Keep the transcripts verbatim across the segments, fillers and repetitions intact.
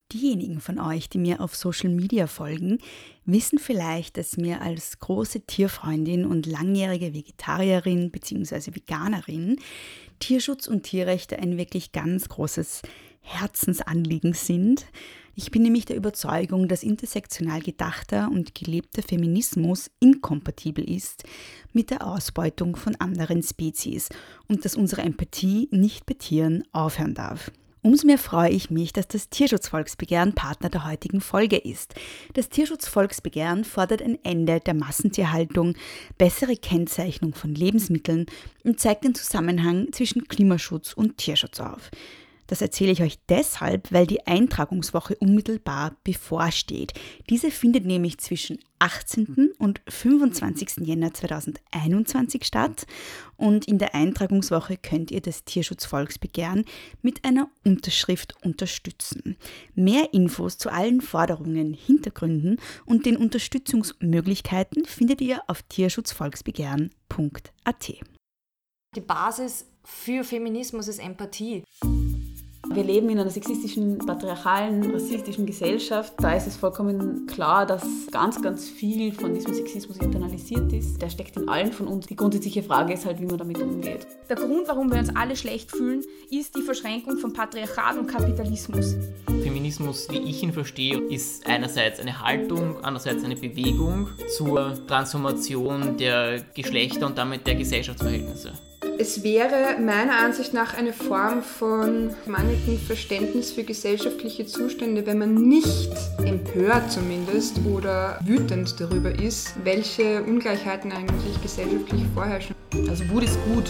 Diejenigen von euch, die mir auf Social Media folgen, wissen vielleicht, dass mir als große Tierfreundin und langjährige Vegetarierin bzw. Veganerin Tierschutz und Tierrechte ein wirklich ganz großes Herzensanliegen sind. Ich bin nämlich der Überzeugung, dass intersektional gedachter und gelebter Feminismus inkompatibel ist mit der Ausbeutung von anderen Spezies und dass unsere Empathie nicht bei Tieren aufhören darf. Umso mehr freue ich mich, dass das Tierschutzvolksbegehren Partner der heutigen Folge ist. Das Tierschutzvolksbegehren fordert ein Ende der Massentierhaltung, bessere Kennzeichnung von Lebensmitteln und zeigt den Zusammenhang zwischen Klimaschutz und Tierschutz auf. Das erzähle ich euch deshalb, weil die Eintragungswoche unmittelbar bevorsteht. Diese findet nämlich zwischen achtzehnten und fünfundzwanzigsten Jänner zweitausendeinundzwanzig statt und in der Eintragungswoche könnt ihr das Tierschutzvolksbegehren mit einer Unterschrift unterstützen. Mehr Infos zu allen Forderungen, Hintergründen und den Unterstützungsmöglichkeiten findet ihr auf tierschutzvolksbegehren punkt a t. Die Basis für Feminismus ist Empathie. Wir leben in einer sexistischen, patriarchalen, rassistischen Gesellschaft. Da ist es vollkommen klar, dass ganz, ganz viel von diesem Sexismus internalisiert ist. Der steckt in allen von uns. Die grundsätzliche Frage ist halt, wie man damit umgeht. Der Grund, warum wir uns alle schlecht fühlen, ist die Verschränkung von Patriarchat und Kapitalismus. Feminismus, wie ich ihn verstehe, ist einerseits eine Haltung, andererseits eine Bewegung zur Transformation der Geschlechter und damit der Gesellschaftsverhältnisse. Es wäre meiner Ansicht nach eine Form von mangelndem Verständnis für gesellschaftliche Zustände, wenn man nicht empört zumindest oder wütend darüber ist, welche Ungleichheiten eigentlich gesellschaftlich vorherrschen. Also Wut ist gut.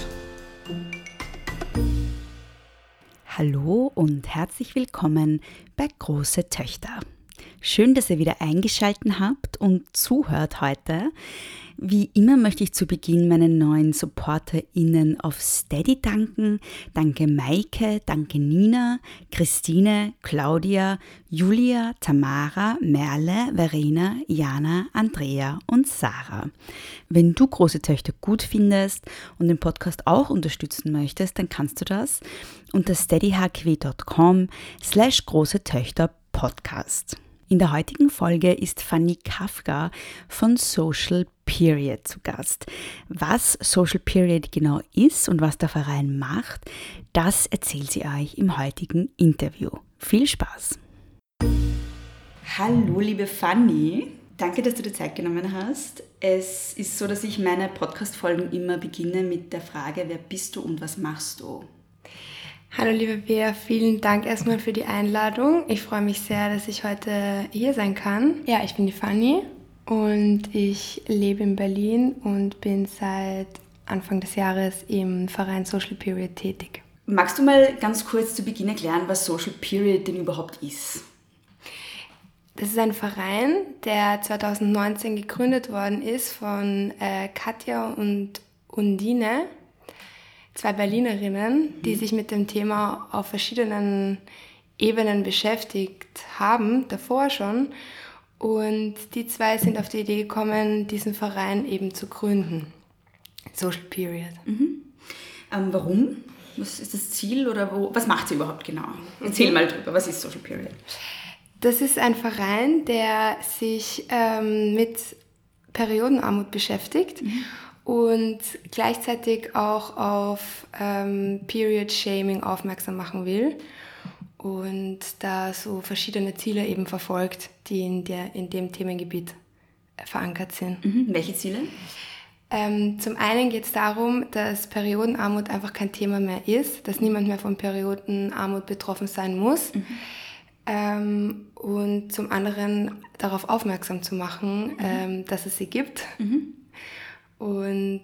Hallo und herzlich willkommen bei Große Töchter. Schön, dass ihr wieder eingeschaltet habt und zuhört heute. Wie immer möchte ich zu Beginn meinen neuen SupporterInnen auf Steady danken. Danke Maike, danke Nina, Christine, Claudia, Julia, Tamara, Merle, Verena, Jana, Andrea und Sarah. Wenn du Große Töchter gut findest und den Podcast auch unterstützen möchtest, dann kannst du das unter steadyhq.com slash große Töchter Podcast. In der heutigen Folge ist Fanny Kafka von Social Period zu Gast. Was Social Period genau ist und was der Verein macht, das erzählt sie euch im heutigen Interview. Viel Spaß! Hallo liebe Fanny, danke, dass du dir Zeit genommen hast. Es ist so, dass ich meine Podcast-Folgen immer beginne mit der Frage, wer bist du und was machst du? Hallo liebe Bea, vielen Dank erstmal für die Einladung. Ich freue mich sehr, dass ich heute hier sein kann. Ja, ich bin die Fanny und ich lebe in Berlin und bin seit Anfang des Jahres im Verein Social Period tätig. Magst du mal ganz kurz zu Beginn erklären, was Social Period denn überhaupt ist? Das ist ein Verein, der zweitausendneunzehn gegründet worden ist von äh, Katja und Undine. Zwei Berlinerinnen, die sich mit dem Thema auf verschiedenen Ebenen beschäftigt haben, davor schon. Und die zwei sind auf die Idee gekommen, diesen Verein eben zu gründen. Social Period. Mhm. Ähm, warum? Was ist das Ziel oder wo? Was macht sie überhaupt genau? Erzähl mhm. mal drüber, was ist Social Period? Das ist ein Verein, der sich ähm, mit Periodenarmut beschäftigt. Mhm. Und gleichzeitig auch auf ähm, Period-Shaming aufmerksam machen will und da so verschiedene Ziele eben verfolgt, die in, der, in dem Themengebiet verankert sind. Mhm. Welche Ziele? Ähm, zum einen geht es darum, dass Periodenarmut einfach kein Thema mehr ist, dass niemand mehr von Periodenarmut betroffen sein muss. Mhm. Ähm, und zum anderen darauf aufmerksam zu machen, mhm. ähm, dass es sie gibt. Mhm. Und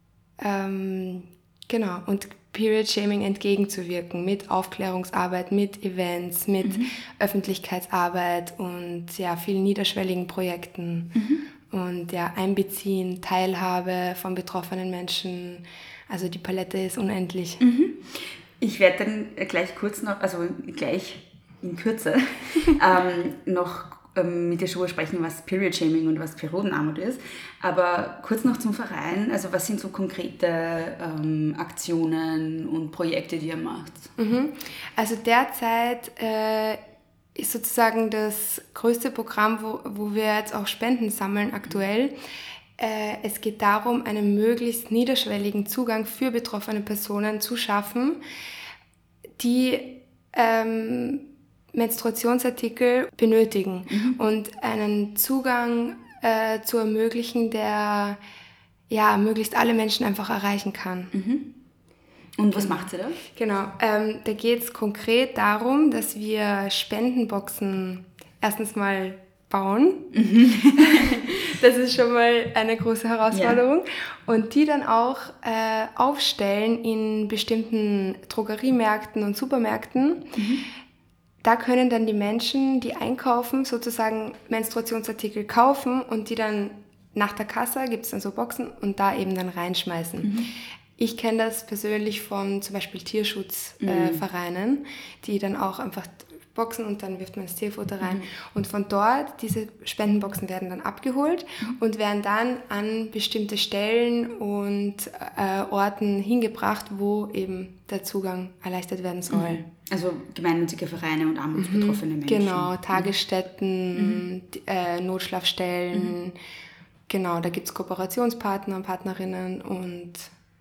ähm, genau, und Period-Shaming entgegenzuwirken mit Aufklärungsarbeit, mit Events, mit mhm. Öffentlichkeitsarbeit und ja, vielen niederschwelligen Projekten mhm. und ja, Einbeziehen, Teilhabe von betroffenen Menschen. Also die Palette ist unendlich. Mhm. Ich werde dann gleich kurz noch, also gleich in Kürze, ähm, noch mit dir schon sprechen, was Period-Shaming und was Periodenarmut ist. Aber kurz noch zum Verein. Also was sind so konkrete ähm, Aktionen und Projekte, die ihr macht? Mhm. Also derzeit äh, ist sozusagen das größte Programm, wo, wo wir jetzt auch Spenden sammeln aktuell. Äh, es geht darum, einen möglichst niederschwelligen Zugang für betroffene Personen zu schaffen, die ähm, Menstruationsartikel benötigen mhm. und einen Zugang äh, zu ermöglichen, der ja, möglichst alle Menschen einfach erreichen kann. Mhm. Und was macht ihr da? Genau, ähm, da geht es konkret darum, dass wir Spendenboxen erstens mal bauen. Mhm. Das ist schon mal eine große Herausforderung. Ja. Und die dann auch äh, aufstellen in bestimmten Drogeriemärkten und Supermärkten. Mhm. Da können dann die Menschen, die einkaufen, sozusagen Menstruationsartikel kaufen und die dann nach der Kasse, gibt es dann so Boxen und da eben dann reinschmeißen. Mhm. Ich kenne das persönlich von zum Beispiel Tierschutzvereinen, mhm. äh, die dann auch einfach Boxen und dann wirft man das Tierfutter rein. Mhm. Und von dort, diese Spendenboxen werden dann abgeholt mhm. und werden dann an bestimmte Stellen und äh, Orten hingebracht, wo eben der Zugang erleichtert werden soll. Mhm. Also gemeinnützige Vereine und armutsbetroffene mhm. Menschen. Genau, Tagesstätten, mhm. äh, Notschlafstellen. Mhm. Genau, da gibt es Kooperationspartner und Partnerinnen und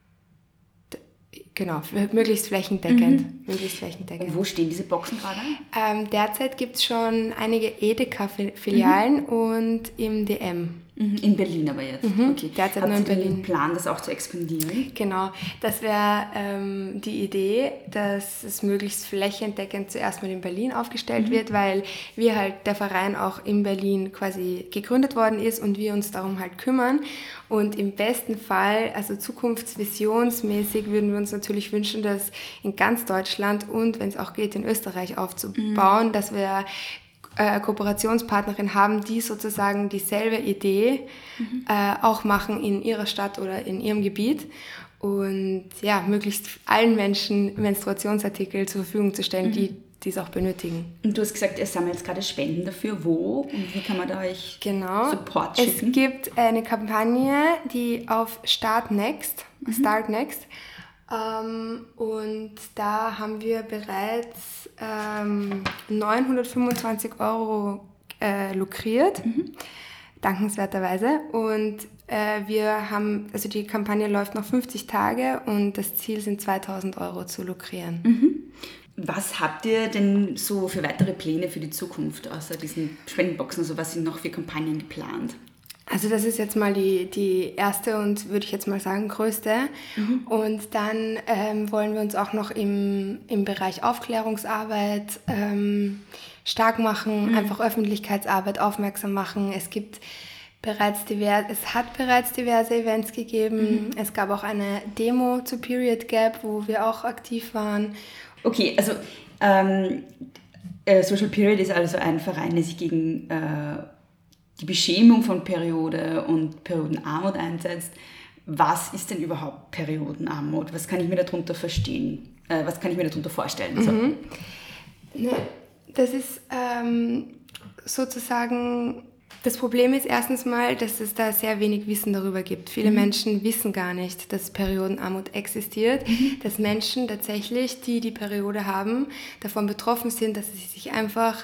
genau, möglichst flächendeckend. Mhm. Möglichst flächendeckend. Und wo stehen diese Boxen gerade? Ähm, derzeit gibt es schon einige Edeka-Filialen mhm. und im D M. Mhm. In Berlin aber jetzt? Mhm. Okay. Derzeit Habt nur in ihr Berlin. den Plan, das auch zu expandieren? Genau, das wäre ähm, die Idee, dass es möglichst flächendeckend zuerst mal in Berlin aufgestellt mhm. wird, weil wir halt, der Verein auch in Berlin quasi gegründet worden ist und wir uns darum halt kümmern. Und im besten Fall, also zukunftsvisionsmäßig, würden wir uns natürlich wünschen, das in ganz Deutschland und, wenn es auch geht, in Österreich aufzubauen, mhm. dass wir äh, Kooperationspartnerin haben, die sozusagen dieselbe Idee mhm. äh, auch machen in ihrer Stadt oder in ihrem Gebiet und ja, möglichst allen Menschen Menstruationsartikel zur Verfügung zu stellen, mhm. die die es auch benötigen. Und du hast gesagt, ihr sammelt jetzt gerade Spenden dafür. Wo und wie kann man da euch genau. Support schicken? Es gibt eine Kampagne, die auf Start Next, mhm. Start Next, ähm, und da haben wir bereits ähm, neunhundertfünfundzwanzig Euro äh, lukriert, mhm. dankenswerterweise. Und äh, wir haben, also die Kampagne läuft noch fünfzig Tage und das Ziel sind zweitausend Euro zu lukrieren. Mhm. Was habt ihr denn so für weitere Pläne für die Zukunft, außer diesen Spendenboxen? Also was sind noch für Kampagnen geplant? Also das ist jetzt mal die, die erste und würde ich jetzt mal sagen größte. Mhm. Und dann ähm, wollen wir uns auch noch im, im Bereich Aufklärungsarbeit ähm, stark machen, mhm. einfach Öffentlichkeitsarbeit aufmerksam machen. Es gibt bereits diverse, es hat bereits diverse Events gegeben. Mhm. Es gab auch eine Demo zu Period Gap, wo wir auch aktiv waren. Okay, also ähm, äh, Social Period ist also ein Verein, der sich gegen äh, die Beschämung von Periode und Periodenarmut einsetzt. Was ist denn überhaupt Periodenarmut? Was kann ich mir darunter verstehen? Äh, was kann ich mir darunter vorstellen? So. Mhm. Das ist ähm, sozusagen... Das Problem ist erstens mal, dass es da sehr wenig Wissen darüber gibt. Viele mhm. Menschen wissen gar nicht, dass Periodenarmut existiert, mhm. dass Menschen tatsächlich, die die Periode haben, davon betroffen sind, dass sie sich einfach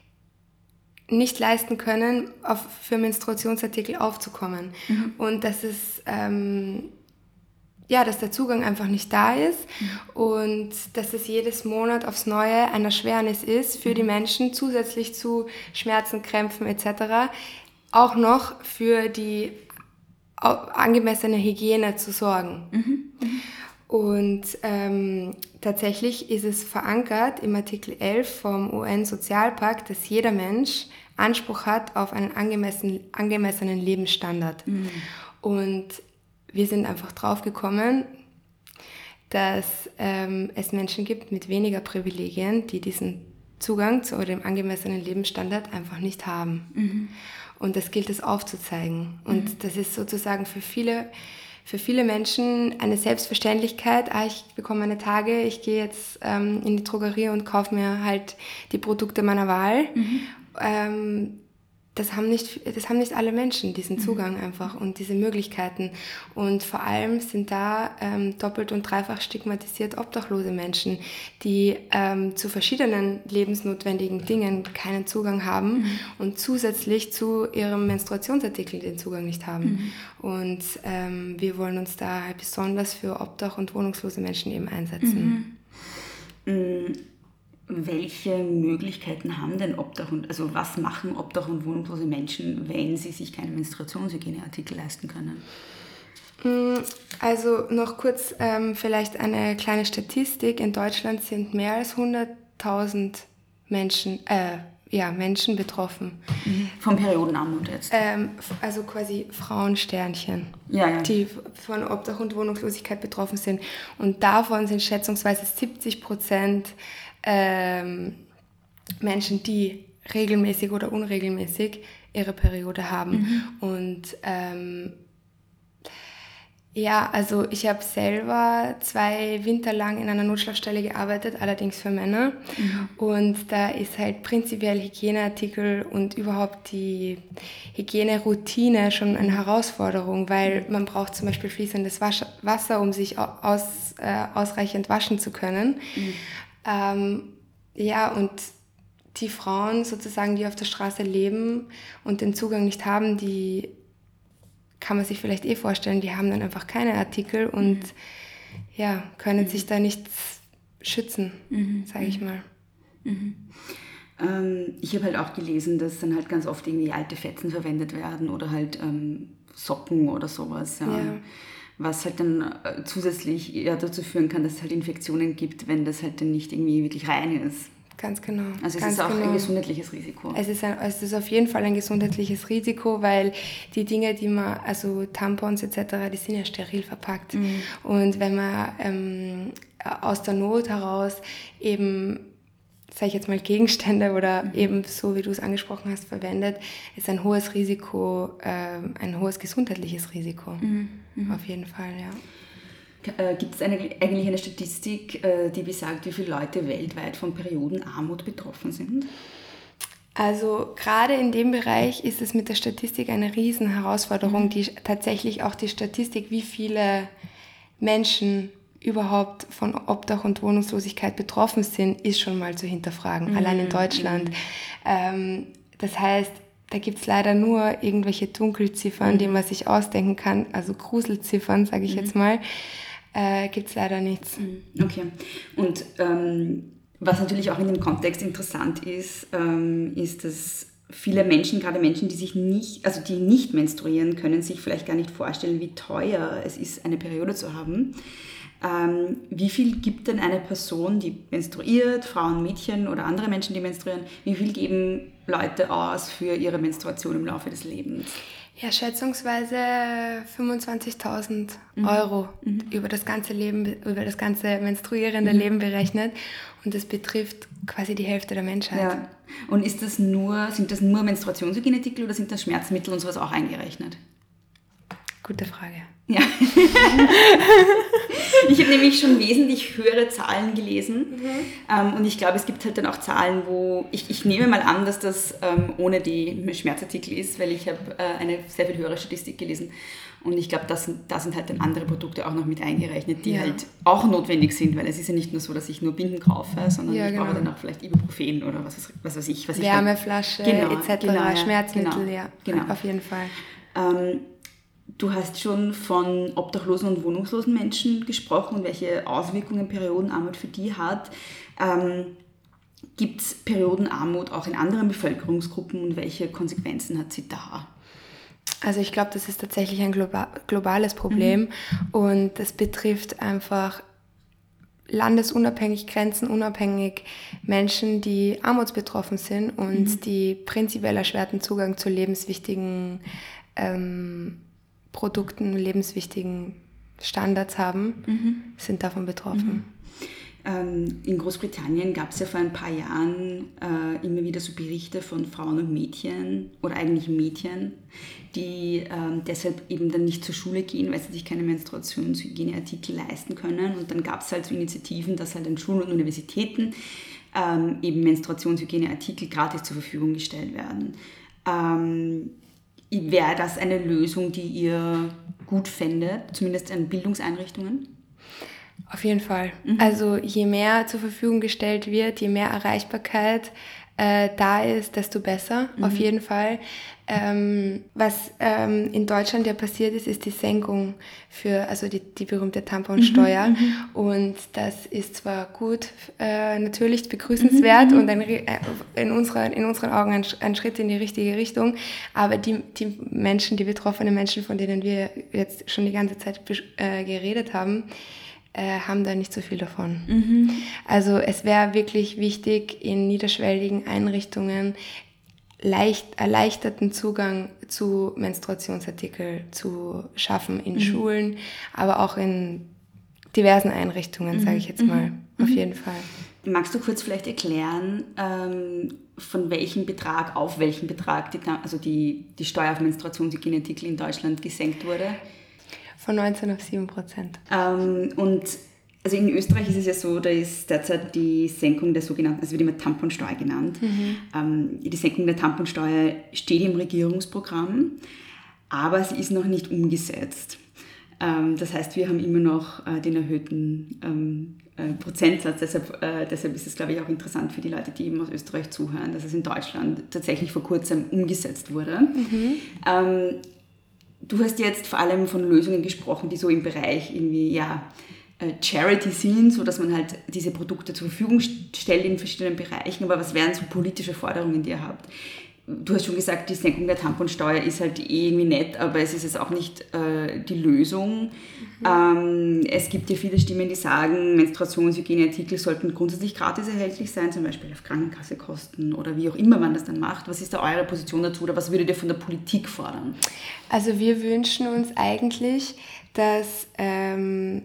nicht leisten können, auf, für Menstruationsartikel aufzukommen. Mhm. Und dass es... Ähm, ja, dass der Zugang einfach nicht da ist mhm. und dass es jedes Monat aufs Neue eine Erschwernis ist für mhm. die Menschen, zusätzlich zu Schmerzen, Krämpfen et cetera, auch noch für die angemessene Hygiene zu sorgen. Mhm. Mhm. Und ähm, tatsächlich ist es verankert im Artikel elf vom U N-Sozialpakt, dass jeder Mensch Anspruch hat auf einen angemessen, angemessenen Lebensstandard. Mhm. Und wir sind einfach drauf gekommen, dass ähm, es Menschen gibt mit weniger Privilegien, die diesen Zugang zu dem angemessenen Lebensstandard einfach nicht haben. Mhm. Und das gilt es aufzuzeigen. Und mhm. das ist sozusagen für viele, für viele Menschen eine Selbstverständlichkeit. Ah, ich bekomme meine Tage, ich gehe jetzt ähm, in die Drogerie und kaufe mir halt die Produkte meiner Wahl. Mhm. Ähm, das haben nicht, das haben nicht alle Menschen, diesen Zugang einfach und diese Möglichkeiten. Und vor allem sind da ähm, doppelt und dreifach stigmatisiert obdachlose Menschen, die ähm, zu verschiedenen lebensnotwendigen Dingen keinen Zugang haben mhm. und zusätzlich zu ihrem Menstruationsartikel den Zugang nicht haben. Mhm. Und ähm, wir wollen uns da besonders für obdach- und wohnungslose Menschen eben einsetzen. Mhm. Mhm. Welche Möglichkeiten haben denn Obdach und, also was machen Obdach- und wohnungslose Menschen, wenn sie sich keine Menstruationshygieneartikel leisten können? Also noch kurz ähm, vielleicht eine kleine Statistik. In Deutschland sind mehr als hunderttausend Menschen, äh, ja, Menschen betroffen. Mhm. Von Periodenarmut jetzt? Ähm, also quasi Frauensternchen, ja, ja. die von Obdach- und Wohnungslosigkeit betroffen sind. Und davon sind schätzungsweise siebzig Prozent ähm, Menschen, die regelmäßig oder unregelmäßig ihre Periode haben. Mhm. Und ähm, ja, also ich habe selber zwei Winter lang in einer Notschlafstelle gearbeitet, allerdings für Männer. Mhm. Und da ist halt prinzipiell Hygieneartikel und überhaupt die Hygieneroutine schon eine Herausforderung, weil man braucht zum Beispiel fließendes Wasser, um sich aus, äh, ausreichend waschen zu können. Mhm. Ähm, ja, und die Frauen sozusagen, die auf der Straße leben und den Zugang nicht haben, die kann man sich vielleicht eh vorstellen, die haben dann einfach keine Artikel und mhm. ja, können mhm. sich da nicht schützen, mhm. sage ich mal. Mhm. Ähm, ich habe halt auch gelesen, dass dann halt ganz oft irgendwie alte Fetzen verwendet werden oder halt ähm, Socken oder sowas. Ja. Ja. Was halt dann äh, zusätzlich ja, dazu führen kann, dass es halt Infektionen gibt, wenn das halt dann nicht irgendwie wirklich rein ist. Ganz genau. Also es Ganz ist auch genau. ein gesundheitliches Risiko. Es ist, ein, es ist auf jeden Fall ein gesundheitliches Risiko, weil die Dinge, die man, also Tampons et cetera, die sind ja steril verpackt. Mhm. Und wenn man ähm, aus der Not heraus eben, sage ich jetzt mal, Gegenstände oder mhm. eben so, wie du es angesprochen hast, verwendet, ist ein hohes Risiko, äh, ein hohes gesundheitliches Risiko. Mhm. Mhm. Auf jeden Fall, ja. Gibt es eine, eigentlich eine Statistik, die besagt, wie viele Leute weltweit von Periodenarmut betroffen sind? Also gerade in dem Bereich ist es mit der Statistik eine Riesenherausforderung, mhm. die tatsächlich auch die Statistik, wie viele Menschen überhaupt von Obdach- und Wohnungslosigkeit betroffen sind, ist schon mal zu hinterfragen, mhm. allein in Deutschland. Mhm. Ähm, das heißt, da gibt es leider nur irgendwelche Dunkelziffern, mhm. die man sich ausdenken kann, also Gruselziffern, sage ich mhm. jetzt mal. Äh, gibt es leider nichts. Okay. Und ähm, was natürlich auch in dem Kontext interessant ist, ähm, ist, dass viele Menschen, gerade Menschen, die sich nicht, also die nicht menstruieren, können sich vielleicht gar nicht vorstellen, wie teuer es ist, eine Periode zu haben. Ähm, wie viel gibt denn eine Person, die menstruiert, Frauen, Mädchen oder andere Menschen, die menstruieren, wie viel geben Leute aus für ihre Menstruation im Laufe des Lebens? Ja, schätzungsweise fünfundzwanzigtausend mhm. Euro mhm. über das ganze Leben, über das ganze menstruierende mhm. Leben berechnet. Und das betrifft quasi die Hälfte der Menschheit. Ja. Und ist das nur, sind das nur Menstruationshygienartikel oder sind das Schmerzmittel und sowas auch eingerechnet? Gute Frage. Ja. Ich habe nämlich schon wesentlich höhere Zahlen gelesen. Mhm. Ähm, und ich glaube, es gibt halt dann auch Zahlen, wo ich, ich nehme mal an, dass das ähm, ohne die Schmerzartikel ist, weil ich habe äh, eine sehr viel höhere Statistik gelesen. Und ich glaube, da sind, da sind halt dann andere Produkte auch noch mit eingerechnet, die ja. halt auch notwendig sind, weil es ist ja nicht nur so, dass ich nur Binden kaufe, sondern ja, ich genau. brauche dann auch vielleicht Ibuprofen oder was, was weiß ich. Was Wärmeflasche ich dann, genau, et cetera, genau, ja, Schmerzmittel, genau, ja, genau. auf jeden Fall. Ähm, Du hast schon von obdachlosen und wohnungslosen Menschen gesprochen und welche Auswirkungen Periodenarmut für die hat. Ähm, gibt es Periodenarmut auch in anderen Bevölkerungsgruppen und welche Konsequenzen hat sie da? Also ich glaube, das ist tatsächlich ein globa- globales Problem mhm. und das betrifft einfach landesunabhängig, grenzenunabhängig Menschen, die armutsbetroffen sind und mhm. die prinzipiell erschwerten Zugang zu lebenswichtigen ähm, Produkten, lebenswichtigen Standards haben, mhm. sind davon betroffen. Mhm. Ähm, in Großbritannien gab es ja vor ein paar Jahren äh, immer wieder so Berichte von Frauen und Mädchen oder eigentlich Mädchen, die ähm, deshalb eben dann nicht zur Schule gehen, weil sie sich keine Menstruationshygieneartikel leisten können. Und dann gab es halt so Initiativen, dass halt an Schulen und Universitäten ähm, eben Menstruationshygieneartikel gratis zur Verfügung gestellt werden. Ähm, wäre das eine Lösung, die ihr gut fändet, zumindest an Bildungseinrichtungen? Auf jeden Fall. Mhm. Also je mehr zur Verfügung gestellt wird, je mehr Erreichbarkeit äh, da ist, desto besser, mhm. auf jeden Fall. Ähm, was ähm, in Deutschland ja passiert ist, ist die Senkung für, also die, die berühmte Tamponsteuer. Mhm. Und das ist zwar gut, äh, natürlich begrüßenswert mhm. und ein, äh, in, unserer, in unseren Augen ein, ein Schritt in die richtige Richtung, aber die, die Menschen, die betroffenen Menschen, von denen wir jetzt schon die ganze Zeit äh, geredet haben, äh, haben da nicht so viel davon. Mhm. Also es wäre wirklich wichtig, in niederschwelligen Einrichtungen leicht erleichterten Zugang zu Menstruationsartikeln zu schaffen in mhm. Schulen, aber auch in diversen Einrichtungen, mhm. sage ich jetzt mal, mhm. auf jeden Fall. Magst du kurz vielleicht erklären, ähm, von welchem Betrag auf welchen Betrag die, also die, die Steuer auf Menstruationshygienartikel in Deutschland gesenkt wurde? Von neunzehn auf sieben Prozent. Ähm, und also in Österreich ist es ja so, da ist derzeit die Senkung der sogenannten, also wird immer Tamponsteuer genannt. Mhm. Ähm, die Senkung der Tamponsteuer steht im Regierungsprogramm, aber sie ist noch nicht umgesetzt. Ähm, das heißt, wir haben immer noch äh, den erhöhten ähm, äh, Prozentsatz. Deshalb, äh, deshalb ist es, glaube ich, auch interessant für die Leute, die eben aus Österreich zuhören, dass es in Deutschland tatsächlich vor kurzem umgesetzt wurde. Mhm. Ähm, du hast jetzt vor allem von Lösungen gesprochen, die so im Bereich irgendwie, ja, Charity sind, so dass man halt diese Produkte zur Verfügung stellt in verschiedenen Bereichen. Aber was wären so politische Forderungen, die ihr habt? Du hast schon gesagt, die Senkung der Tamponsteuer ist halt irgendwie nett, aber es ist jetzt auch nicht äh, die Lösung. Mhm. Ähm, es gibt ja viele Stimmen, die sagen, Menstruationshygieneartikel sollten grundsätzlich gratis erhältlich sein, zum Beispiel auf Krankenkassekosten oder wie auch immer man das dann macht. Was ist da eure Position dazu oder was würdet ihr von der Politik fordern? Also wir wünschen uns eigentlich, dass ähm,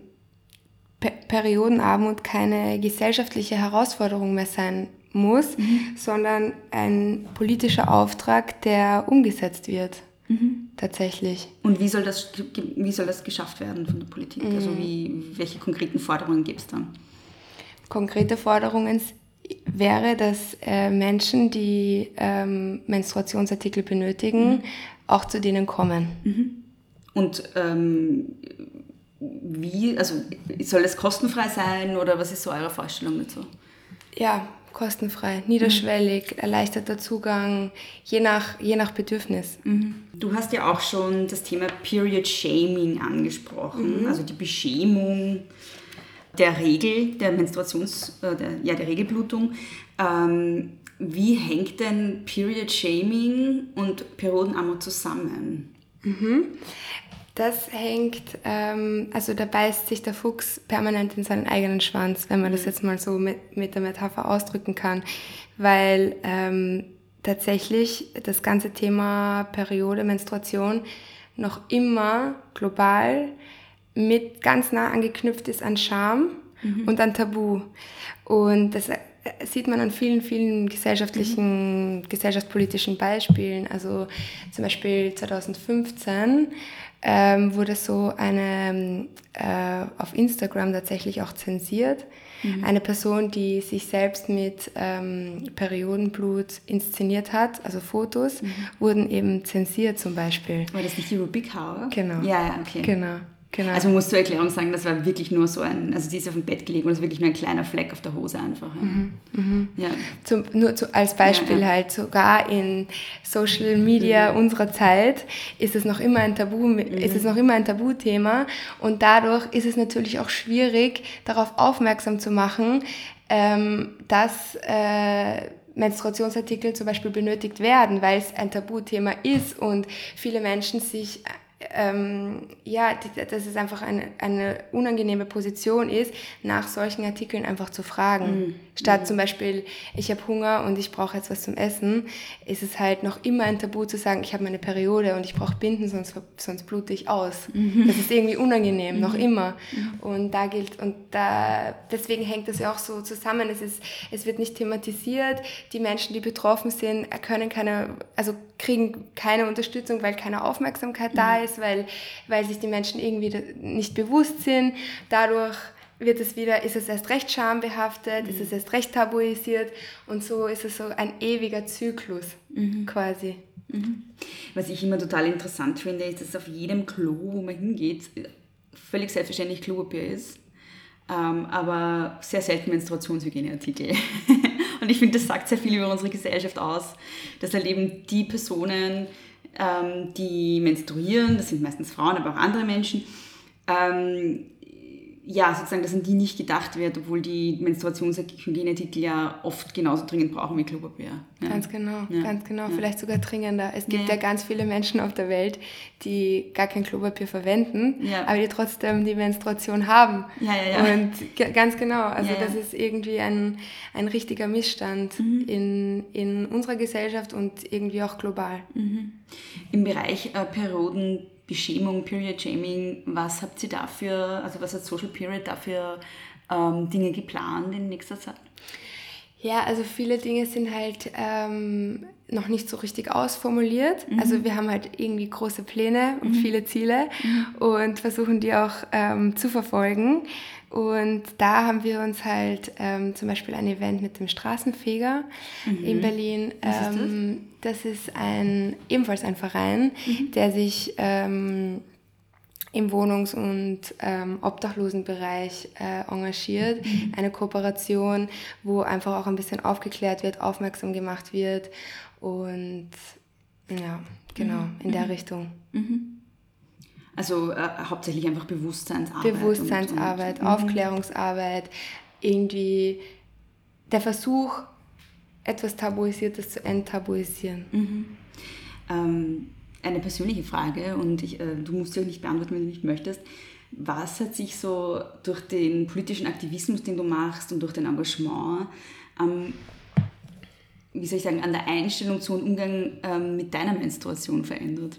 Periodenarmut keine gesellschaftliche Herausforderung mehr sein muss, mhm. sondern ein politischer Auftrag, der umgesetzt wird, mhm. tatsächlich. Und wie soll das, wie soll das geschafft werden von der Politik? Mhm. Also wie, welche konkreten Forderungen gibt es dann? Konkrete Forderungen wäre, dass äh, Menschen, die ähm, Menstruationsartikel benötigen, mhm. auch zu denen kommen. Mhm. Und ähm, wie, also soll es kostenfrei sein oder was ist so eure Vorstellung dazu? Ja, kostenfrei, niederschwellig, mhm. erleichterter Zugang, je nach, je nach Bedürfnis. Mhm. Du hast ja auch schon das Thema Period Shaming angesprochen, mhm. also die Beschämung der Regel, der Menstruations, äh, der, ja, der Regelblutung. Ähm, wie hängt denn Period Shaming und Periodenarmut zusammen? Mhm. Das hängt, ähm, also da beißt sich der Fuchs permanent in seinen eigenen Schwanz, wenn man das jetzt mal so mit, mit der Metapher ausdrücken kann, weil ähm, tatsächlich das ganze Thema Periode, Menstruation noch immer global mit ganz nah angeknüpft ist an Scham mhm. und an Tabu. Und das sieht man an vielen, vielen gesellschaftlichen, mhm. gesellschaftspolitischen Beispielen. Also zum Beispiel zwanzig fünfzehn ähm, wurde so eine, äh, auf Instagram tatsächlich auch zensiert. Mhm. Eine Person, die sich selbst mit ähm, Periodenblut inszeniert hat, also Fotos, mhm. wurden eben zensiert zum Beispiel. War das nicht die Ruby Cow? Genau. Ja, ja, okay. Genau. Genau. Also man muss zur Erklärung sagen, das war wirklich nur so ein, also sie ist auf dem Bett gelegen und es ist wirklich nur ein kleiner Fleck auf der Hose einfach. Ja. Mhm, mhm. Ja. Zum, nur zu, als Beispiel ja, ja. halt, sogar in Social Media mhm. unserer Zeit ist es noch immer ein Tabu, mhm. ist es noch immer ein Tabuthema und dadurch ist es natürlich auch schwierig, darauf aufmerksam zu machen, ähm, dass äh, Menstruationsartikel zum Beispiel benötigt werden, weil es ein Tabuthema ist und viele Menschen sich Ähm, ja, dass es einfach eine, eine unangenehme Position ist, nach solchen Artikeln einfach zu fragen. Mhm. Statt mhm. zum Beispiel, ich habe Hunger und ich brauche jetzt was zum Essen, ist es halt noch immer ein Tabu zu sagen, ich habe meine Periode und ich brauche Binden, sonst, sonst blute ich aus. Mhm. Das ist irgendwie unangenehm, mhm. noch immer. Mhm. Und da gilt, und da, deswegen hängt das ja auch so zusammen. Es ist, es wird nicht thematisiert, die Menschen, die betroffen sind, können keine, also kriegen keine Unterstützung, weil keine Aufmerksamkeit mhm. da ist, weil, weil sich die Menschen irgendwie nicht bewusst sind. Dadurch wird es wieder, ist es erst recht schambehaftet, mhm. ist es erst recht tabuisiert und so ist es so ein ewiger Zyklus mhm. quasi. Mhm. Was ich immer total interessant finde, ist, dass auf jedem Klo, wo man hingeht, völlig selbstverständlich Klopapier ist, ähm, aber sehr selten Menstruationshygieneartikel. Und ich finde, das sagt sehr viel über unsere Gesellschaft aus, dass halt eben die Personen, ähm, die menstruieren, das sind meistens Frauen, aber auch andere Menschen, ähm, ja, sozusagen, dass an die nicht gedacht wird, obwohl die Menstruationshygienartikel ja oft genauso dringend brauchen wie Klopapier. Ja. Ganz genau, ja. ganz genau, ja. vielleicht sogar dringender. Es gibt ja. ja ganz viele Menschen auf der Welt, die gar kein Klopapier verwenden, ja. aber die trotzdem die Menstruation haben. Ja, ja, ja. Und g- ganz genau, also ja, ja. das ist irgendwie ein, ein richtiger Missstand mhm. in, in unserer Gesellschaft und irgendwie auch global. Mhm. Im Bereich äh, Perioden Beschämung, Period Shaming, was habt ihr dafür, also was hat Social Period dafür ähm, Dinge geplant in nächster Zeit? Ja, also viele Dinge sind halt ähm, noch nicht so richtig ausformuliert. Mhm. Also wir haben halt irgendwie große Pläne und mhm. viele Ziele mhm. und versuchen die auch ähm, zu verfolgen. Und da haben wir uns halt ähm, zum Beispiel ein Event mit dem Straßenfeger mhm. in Berlin. Was ist das? Ähm, das ist ein, ebenfalls ein Verein, mhm. der sich ähm, im Wohnungs- und ähm, Obdachlosenbereich äh, engagiert. Mhm. Eine Kooperation, wo einfach auch ein bisschen aufgeklärt wird, aufmerksam gemacht wird. Und ja, genau, in der mhm. Richtung. Mhm. Also äh, hauptsächlich einfach Bewusstseinsarbeit. Bewusstseinsarbeit, und, und, Aufklärungsarbeit, irgendwie der Versuch, etwas Tabuisiertes zu enttabuisieren. Mhm. Ähm, eine persönliche Frage, und ich, äh, du musst sie auch nicht beantworten, wenn du nicht möchtest. Was hat sich so durch den politischen Aktivismus, den du machst, und durch dein Engagement, ähm, wie soll ich sagen, an der Einstellung zu einem Umgang ähm, mit deiner Menstruation verändert?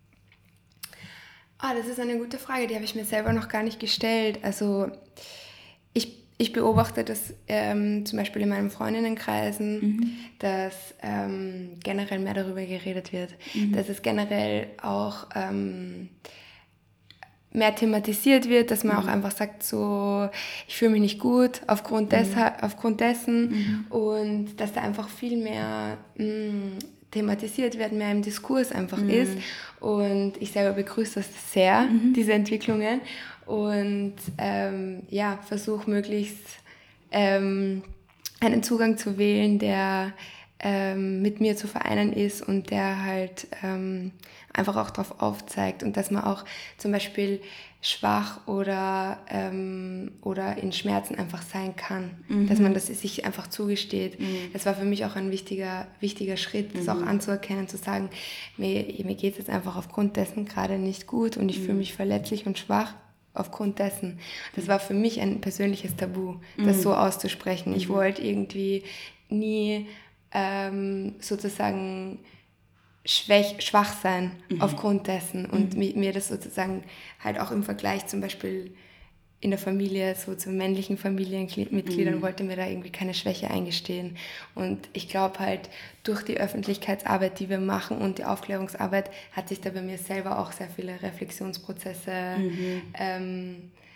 Ah, das ist eine gute Frage, die habe ich mir selber noch gar nicht gestellt. Also ich, ich beobachte das ähm, zum Beispiel in meinen Freundinnenkreisen, mhm. dass ähm, generell mehr darüber geredet wird, mhm. dass es generell auch ähm, mehr thematisiert wird, dass man mhm. auch einfach sagt, so, ich fühle mich nicht gut aufgrund, mhm. deshalb, aufgrund dessen mhm. und dass da einfach viel mehr mh, thematisiert wird, mehr im Diskurs einfach mhm. ist. Und ich selber begrüße das sehr, mhm. diese Entwicklungen. Und ähm, ja, versuche möglichst ähm, einen Zugang zu wählen, der ähm, mit mir zu vereinen ist und der halt ähm, einfach auch darauf aufzeigt. Und dass man auch zum Beispiel schwach oder, ähm, oder in Schmerzen einfach sein kann. Mhm. Dass man das sich einfach zugesteht. Mhm. Das war für mich auch ein wichtiger, wichtiger Schritt, das mhm. auch anzuerkennen, zu sagen, mir, mir geht es jetzt einfach aufgrund dessen gerade nicht gut und ich mhm. fühle mich verletzlich und schwach aufgrund dessen. Das war für mich ein persönliches Tabu, das mhm. so auszusprechen. Ich wollte irgendwie nie ähm, sozusagen Schwach, schwach sein mhm. aufgrund dessen und mhm. mir das sozusagen halt auch im Vergleich zum Beispiel in der Familie, so zu männlichen Familienmitgliedern, mhm. wollte mir da irgendwie keine Schwäche eingestehen. Und ich glaube halt, durch die Öffentlichkeitsarbeit, die wir machen und die Aufklärungsarbeit, hat sich da bei mir selber auch sehr viele Reflexionsprozesse mhm. ähm,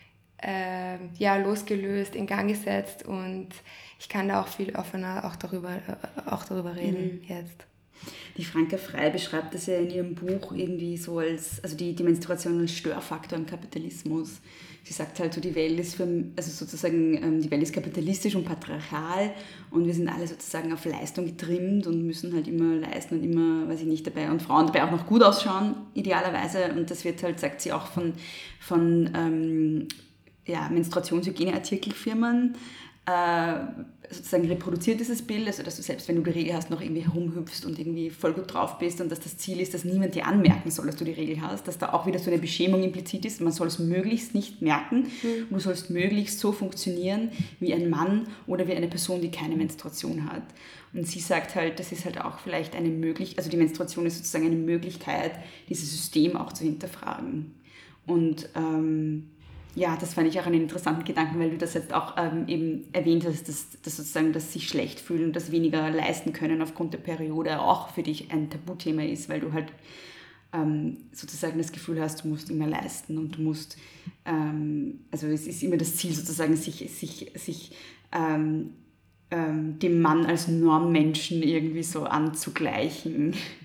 äh, ja, losgelöst, in Gang gesetzt und ich kann da auch viel offener auch darüber, äh, auch darüber reden mhm. jetzt. Die Franka Frei beschreibt das ja in ihrem Buch irgendwie so als, also die, die Menstruation als Störfaktor im Kapitalismus. Sie sagt halt so, die Welt ist für, also sozusagen, die Welt ist kapitalistisch und patriarchal und wir sind alle sozusagen auf Leistung getrimmt und müssen halt immer leisten und immer, weiß ich nicht, dabei und Frauen dabei auch noch gut ausschauen, idealerweise. Und das wird halt, sagt sie, auch von, von ähm, ja, Menstruationshygieneartikelfirmen äh, sozusagen reproduziert dieses Bild, also dass du selbst, wenn du die Regel hast, noch irgendwie herumhüpfst und irgendwie voll gut drauf bist und dass das Ziel ist, dass niemand dir anmerken soll, dass du die Regel hast, dass da auch wieder so eine Beschämung implizit ist. Man soll es möglichst nicht merken mhm. und du sollst möglichst so funktionieren wie ein Mann oder wie eine Person, die keine Menstruation hat. Und sie sagt halt, das ist halt auch vielleicht eine Möglichkeit, also die Menstruation ist sozusagen eine Möglichkeit, dieses System auch zu hinterfragen. Und ähm, ja, das fand ich auch einen interessanten Gedanken, weil du das jetzt auch ähm, eben erwähnt hast, dass, dass sozusagen das sich schlecht fühlen und das weniger leisten können aufgrund der Periode auch für dich ein Tabuthema ist, weil du halt ähm, sozusagen das Gefühl hast, du musst immer leisten und du musst, ähm, also es ist immer das Ziel sozusagen, sich, sich, sich ähm, ähm, dem Mann als Normmenschen irgendwie so anzugleichen.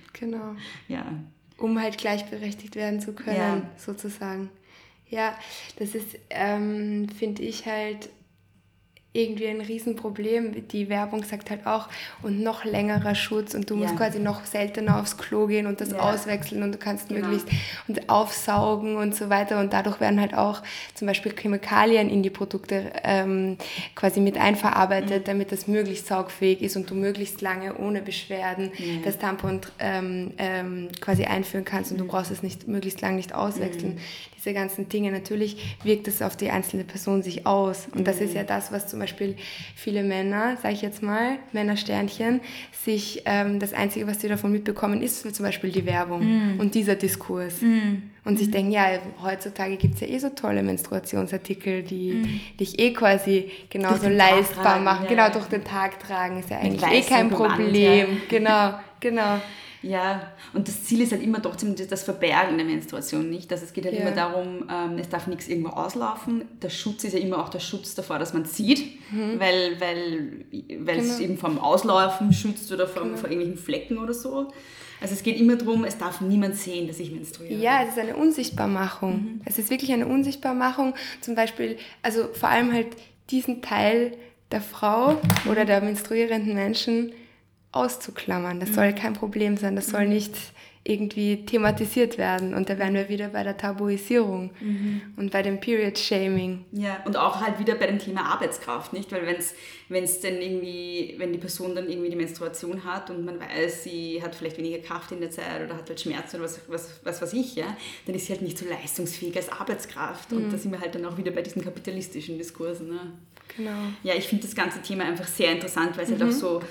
Genau. Ja. Um halt gleichberechtigt werden zu können, Ja. sozusagen. Ja, das ist, ähm, finde ich halt irgendwie ein Riesenproblem. Die Werbung sagt halt auch, und noch längerer Schutz und du musst Ja. quasi noch seltener aufs Klo gehen und das Ja. auswechseln und du kannst Genau. möglichst und aufsaugen und so weiter, und dadurch werden halt auch zum Beispiel Chemikalien in die Produkte ähm, quasi mit einverarbeitet, mhm. damit das möglichst saugfähig ist und du möglichst lange ohne Beschwerden mhm. das Tampon ähm, ähm, quasi einführen kannst, und du brauchst es nicht möglichst lang nicht auswechseln. Mhm. Diese ganzen Dinge, natürlich wirkt es auf die einzelne Person sich aus, und das ist ja das, was zum Beispiel viele Männer, sage ich jetzt mal, Männersternchen, sich, ähm, das Einzige, was sie davon mitbekommen, ist zum Beispiel die Werbung mm. und dieser Diskurs. Mm. Und mm. sich denken, ja, heutzutage gibt es ja eh so tolle Menstruationsartikel, die mm. dich eh quasi genauso leistbar tragen, machen. Ja. Genau, durch den Tag tragen ist ja eigentlich eh kein Problem. Ja. Genau, genau. Ja, und das Ziel ist halt immer trotzdem das Verbergen der Menstruation, nicht? Also es geht halt ja. immer darum, ähm, es darf nichts irgendwo auslaufen. Der Schutz ist ja immer auch der Schutz davor, dass man es sieht, mhm. weil, weil, weil genau. es eben vom Auslaufen schützt oder vom, genau. vor irgendwelchen Flecken oder so. Also es geht immer darum, es darf niemand sehen, dass ich menstruiere. Ja, es ist eine Unsichtbarmachung. Mhm. Es ist wirklich eine Unsichtbarmachung. Zum Beispiel, also vor allem halt diesen Teil der Frau mhm. oder der menstruierenden Menschen auszuklammern. Das mhm. soll kein Problem sein, das soll nicht irgendwie thematisiert werden. Und da wären wir wieder bei der Tabuisierung mhm. und bei dem Period-Shaming. Ja, und auch halt wieder bei dem Thema Arbeitskraft, nicht? Weil wenn's, wenn's dann irgendwie, wenn die Person dann irgendwie die Menstruation hat und man weiß, sie hat vielleicht weniger Kraft in der Zeit oder hat halt Schmerzen oder was, was, was weiß ich, ja, dann ist sie halt nicht so leistungsfähig als Arbeitskraft. Mhm. Und da sind wir halt dann auch wieder bei diesen kapitalistischen Diskursen. Ne? Genau. Ja, ich finde das ganze Thema einfach sehr interessant, weil es mhm. halt auch so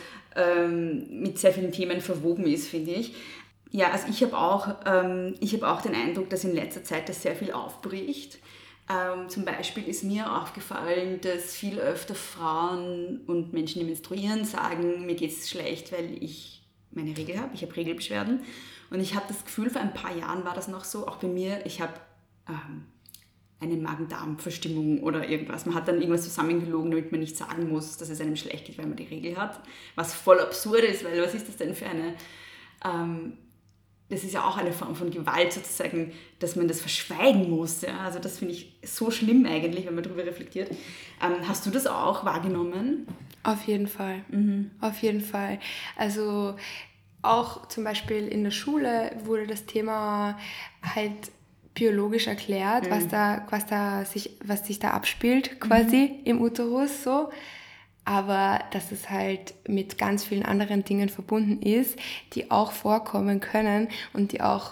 ähm, mit sehr vielen Themen verwoben ist, finde ich. Ja, also ich habe auch, ähm, ich hab auch den Eindruck, dass in letzter Zeit das sehr viel aufbricht. Ähm, zum Beispiel ist mir aufgefallen, dass viel öfter Frauen und Menschen, die menstruieren, sagen, mir geht es schlecht, weil ich meine Regel habe, ich habe Regelbeschwerden. Und ich habe das Gefühl, vor ein paar Jahren war das noch so, auch bei mir, ich habe ähm, eine Magen-Darm-Verstimmung oder irgendwas. Man hat dann irgendwas zusammengelogen, damit man nicht sagen muss, dass es einem schlecht geht, weil man die Regel hat. Was voll absurd ist, weil was ist das denn für eine... Ähm, das ist ja auch eine Form von Gewalt sozusagen, dass man das verschweigen muss. Ja? Also das finde ich so schlimm eigentlich, wenn man darüber reflektiert. Ähm, hast du das auch wahrgenommen? Auf jeden Fall. Mhm. Auf jeden Fall. Also auch zum Beispiel in der Schule wurde das Thema halt biologisch erklärt, mhm. was da, was da sich, was sich da abspielt quasi mhm. im Uterus so. Aber dass es halt mit ganz vielen anderen Dingen verbunden ist, die auch vorkommen können und die auch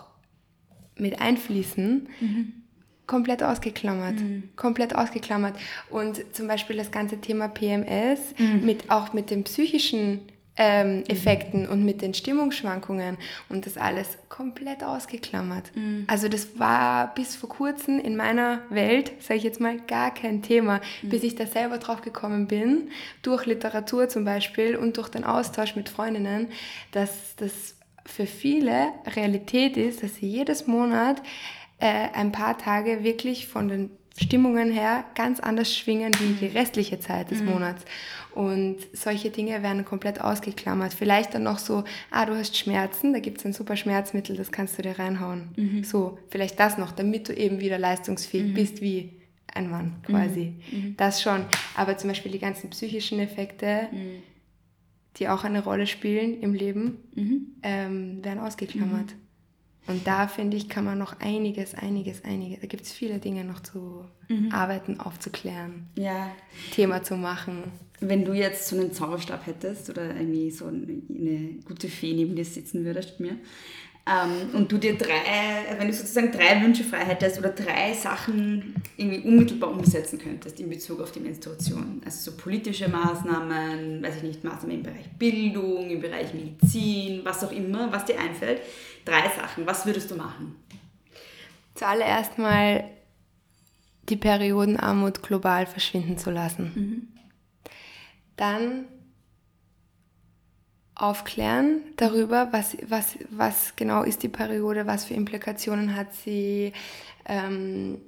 mit einfließen, mhm. komplett ausgeklammert. Mhm. Komplett ausgeklammert. Und zum Beispiel das ganze Thema P M S, mhm. mit, auch mit den psychischen ähm, Effekten mhm. und mit den Stimmungsschwankungen und das alles komplett ausgeklammert. Mhm. Also das war bis vor kurzem in meiner Welt, sage ich jetzt mal, gar kein Thema, mhm. bis ich da selber drauf gekommen bin, durch Literatur zum Beispiel und durch den Austausch mit Freundinnen, dass das für viele Realität ist, dass sie jedes Monat äh, ein paar Tage wirklich von den Stimmungen her ganz anders schwingen wie die restliche Zeit des mhm. Monats. Und solche Dinge werden komplett ausgeklammert. Vielleicht dann noch so, ah, du hast Schmerzen, da gibt es ein super Schmerzmittel, das kannst du dir reinhauen. Mhm. So, vielleicht das noch, damit du eben wieder leistungsfähig mhm. bist wie ein Mann quasi. Mhm. Das schon. Aber zum Beispiel die ganzen psychischen Effekte, mhm. die auch eine Rolle spielen im Leben, mhm. ähm, werden ausgeklammert. Mhm. Und da, finde ich, kann man noch einiges, einiges, einiges, da gibt es viele Dinge noch zu mhm. arbeiten, aufzuklären, ja. Thema zu machen. Wenn du jetzt so einen Zauberstab hättest oder irgendwie so eine, eine gute Fee neben dir sitzen würde, statt mir, ähm, und du dir drei, wenn du sozusagen drei Wünsche frei hättest oder drei Sachen irgendwie unmittelbar umsetzen könntest in Bezug auf die Menstruation, also so politische Maßnahmen, weiß ich nicht, Maßnahmen im Bereich Bildung, im Bereich Medizin, was auch immer, was dir einfällt, drei Sachen, was würdest du machen? Zuallererst mal die Periodenarmut global verschwinden zu lassen. Mhm. Dann aufklären darüber, was, was, was genau ist die Periode, was für Implikationen hat sie, ähm,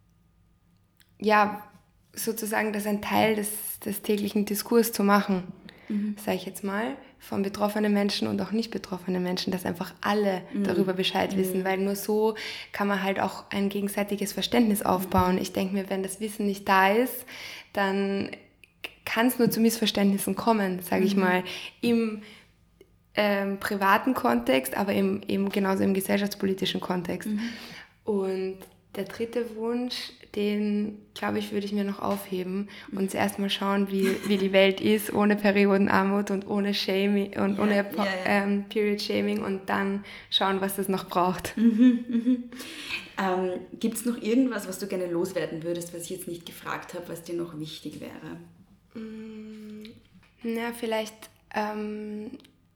ja, sozusagen das ein Teil des, des täglichen Diskurs zu machen, mhm. sage ich jetzt mal, von betroffenen Menschen und auch nicht betroffenen Menschen, dass einfach alle mhm. darüber Bescheid mhm. wissen, weil nur so kann man halt auch ein gegenseitiges Verständnis aufbauen. Ich denke mir, wenn das Wissen nicht da ist, dann kann es nur zu Missverständnissen kommen, sage ich mhm. mal, im ähm, privaten Kontext, aber im, eben genauso im gesellschaftspolitischen Kontext. Mhm. Und der dritte Wunsch, den, glaube ich, würde ich mir noch aufheben und zuerst mal schauen, wie, wie die Welt ist, ohne Periodenarmut und ohne Shaming und ja, ohne ja, ja. Ähm, Period Shaming und dann schauen, was es noch braucht. Mhm, mhm. Ähm, gibt es noch irgendwas, was du gerne loswerden würdest, was ich jetzt nicht gefragt habe, was dir noch wichtig wäre? Mm, na, vielleicht ähm,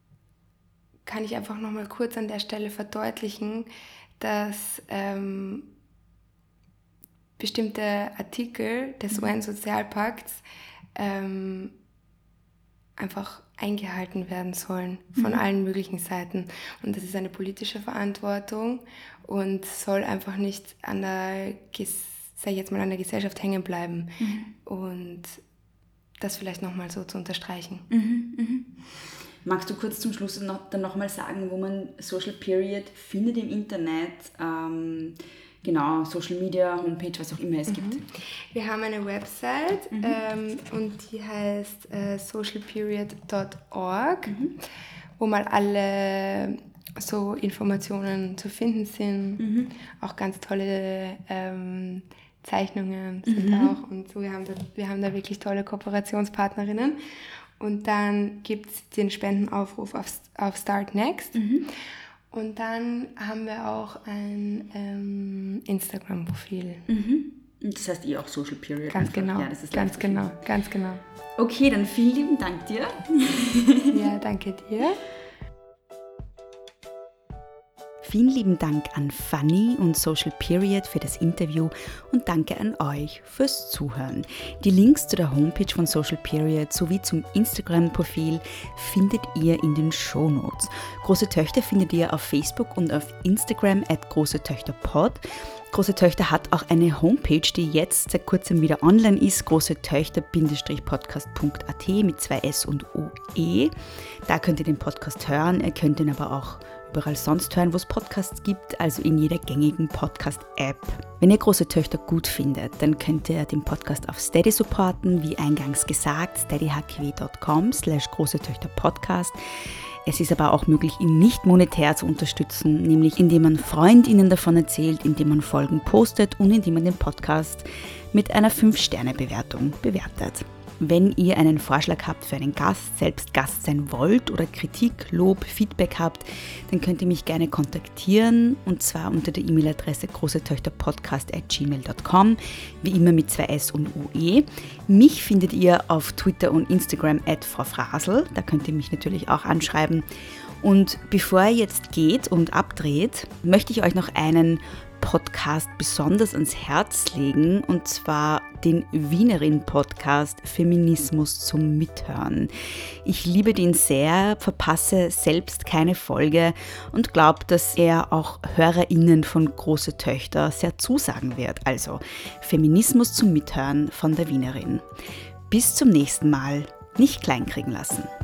kann ich einfach noch mal kurz an der Stelle verdeutlichen, dass ähm, bestimmte Artikel des U N-Sozialpakts ähm, einfach eingehalten werden sollen von mhm. allen möglichen Seiten. Und das ist eine politische Verantwortung und soll einfach nicht an der, sag ich jetzt mal, an der Gesellschaft hängen bleiben. Mhm. Und das vielleicht nochmal so zu unterstreichen. Mhm. Mhm. Magst du kurz zum Schluss noch, dann nochmal sagen, wo man Social Period findet im Internet? Ähm, Genau, Social Media, Homepage, was auch immer es mhm. gibt. Wir haben eine Website mhm. ähm, und die heißt äh, social period dot org, mhm. wo mal alle so Informationen zu finden sind. Mhm. Auch ganz tolle ähm, Zeichnungen sind mhm. da auch und so. Wir haben da, wir haben da wirklich tolle Kooperationspartnerinnen. Und dann gibt es den Spendenaufruf auf, auf Start Next. Mhm. Und dann haben wir auch ein ähm, Instagram-Profil. Mhm. Das heißt eh auch Social Period. Ganz einfach. genau, ja, das ist ganz genau, ganz genau. Okay, dann vielen lieben Dank dir. Ja, danke dir. Vielen lieben Dank an Fanny und Social Period für das Interview und danke an euch fürs Zuhören. Die Links zu der Homepage von Social Period sowie zum Instagram-Profil findet ihr in den Shownotes. Große Töchter findet ihr auf Facebook und auf Instagram at großetöchterpod. Große Töchter hat auch eine Homepage, die jetzt seit kurzem wieder online ist, großetöchter-podcast punkt a t mit zwei S und O E. Da könnt ihr den Podcast hören, ihr könnt ihn aber auch überall sonst hören, wo es Podcasts gibt, also in jeder gängigen Podcast-App. Wenn ihr Große Töchter gut findet, dann könnt ihr den Podcast auf Steady supporten, wie eingangs gesagt, steadyhq dot com slash großetöchterpodcast. Es ist aber auch möglich, ihn nicht monetär zu unterstützen, nämlich indem man FreundInnen davon erzählt, indem man Folgen postet und indem man den Podcast mit einer fünf Sterne Bewertung bewertet. Wenn ihr einen Vorschlag habt für einen Gast, selbst Gast sein wollt oder Kritik, Lob, Feedback habt, dann könnt ihr mich gerne kontaktieren und zwar unter der E-Mail-Adresse großetöchterpodcast at gmail dot com, wie immer mit zwei S und U E. Mich findet ihr auf Twitter und Instagram at Frau Frasel, da könnt ihr mich natürlich auch anschreiben. Und bevor ihr jetzt geht und abdreht, möchte ich euch noch einen Podcast besonders ans Herz legen, und zwar den Wienerin-Podcast Feminismus zum Mithören. Ich liebe den sehr, verpasse selbst keine Folge und glaube, dass er auch HörerInnen von Große Töchter sehr zusagen wird. Also Feminismus zum Mithören von der Wienerin. Bis zum nächsten Mal. Nicht kleinkriegen lassen.